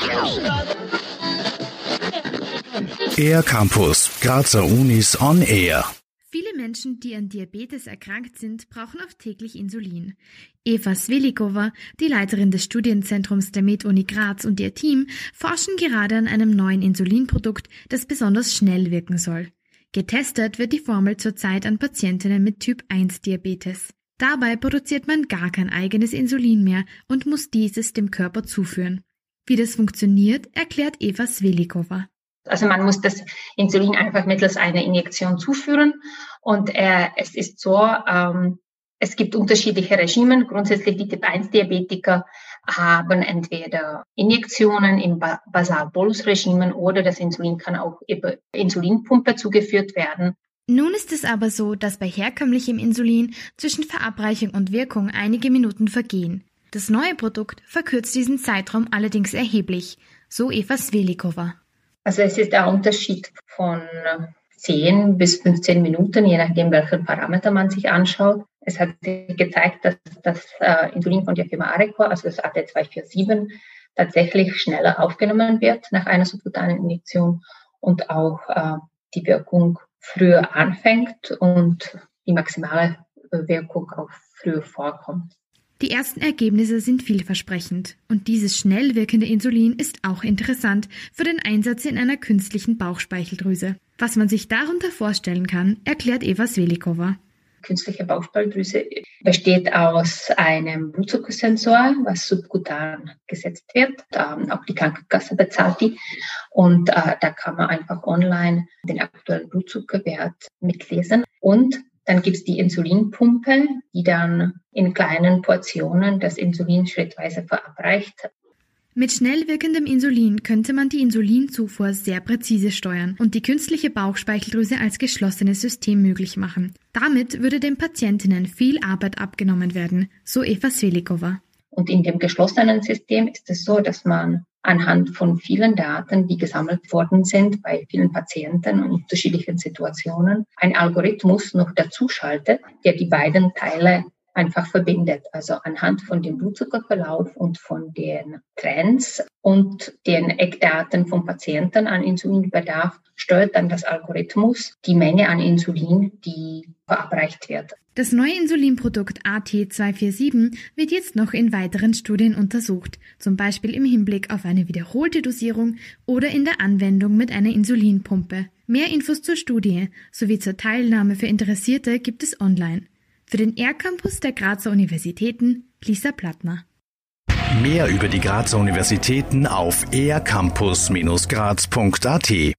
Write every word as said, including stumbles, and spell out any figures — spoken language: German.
Air Campus, Grazer Unis on Air. Viele Menschen, die an Diabetes erkrankt sind, brauchen oft täglich Insulin. Eva Svelikova, die Leiterin des Studienzentrums der MedUni Graz und ihr Team forschen gerade an einem neuen Insulinprodukt, das besonders schnell wirken soll. Getestet wird die Formel zurzeit an Patientinnen mit Typ eins Diabetes. Dabei produziert man gar kein eigenes Insulin mehr und muss dieses dem Körper zuführen. Wie das funktioniert, erklärt Eva Svelikova. Also man muss das Insulin einfach mittels einer Injektion zuführen und äh, es ist so, ähm, es gibt unterschiedliche Regimen. Grundsätzlich die Typ eins Diabetiker haben entweder Injektionen im Basal-Bolus-Regimen oder das Insulin kann auch über Insulinpumpe zugeführt werden. Nun ist es aber so, dass bei herkömmlichem Insulin zwischen Verabreichung und Wirkung einige Minuten vergehen. Das neue Produkt verkürzt diesen Zeitraum allerdings erheblich, so Eva Svelikova. Also es ist der Unterschied von zehn bis fünfzehn Minuten, je nachdem, welchen Parameter man sich anschaut. Es hat sich gezeigt, dass das äh, Insulin von der Firma Arecor, also das A T zwei vier sieben, tatsächlich schneller aufgenommen wird nach einer subkutanen Injektion und auch äh, die Wirkung früher anfängt und die maximale Wirkung auch früher vorkommt. Die ersten Ergebnisse sind vielversprechend und dieses schnell wirkende Insulin ist auch interessant für den Einsatz in einer künstlichen Bauchspeicheldrüse. Was man sich darunter vorstellen kann, erklärt Eva Svelikova. Künstliche Bauchspeicheldrüse besteht aus einem Blutzuckersensor, was subkutan gesetzt wird. Ähm, auch die Krankenkasse bezahlt die. Und äh, da kann man einfach online den aktuellen Blutzuckerwert mitlesen. Und dann gibt es die Insulinpumpe, die dann in kleinen Portionen das Insulin schrittweise verabreicht. Mit schnell wirkendem Insulin könnte man die Insulinzufuhr sehr präzise steuern und die künstliche Bauchspeicheldrüse als geschlossenes System möglich machen. Damit würde den Patientinnen viel Arbeit abgenommen werden, so Eva Svelikova. Und in dem geschlossenen System ist es so, dass man anhand von vielen Daten, die gesammelt worden sind bei vielen Patienten in unterschiedlichen Situationen, ein Algorithmus noch dazu schaltet, der die beiden Teile einfach verbindet. Also anhand von dem Blutzuckerverlauf und von den Trends und den Eckdaten vom Patienten an Insulinbedarf steuert dann das Algorithmus die Menge an Insulin, die verabreicht wird. Das neue Insulinprodukt A T zwei vier sieben wird jetzt noch in weiteren Studien untersucht, zum Beispiel im Hinblick auf eine wiederholte Dosierung oder in der Anwendung mit einer Insulinpumpe. Mehr Infos zur Studie sowie zur Teilnahme für Interessierte gibt es online. Für den Air Campus der Grazer Universitäten, Lisa Plattner. Mehr über die Grazer Universitäten auf air campus Bindestrich graz Punkt a t.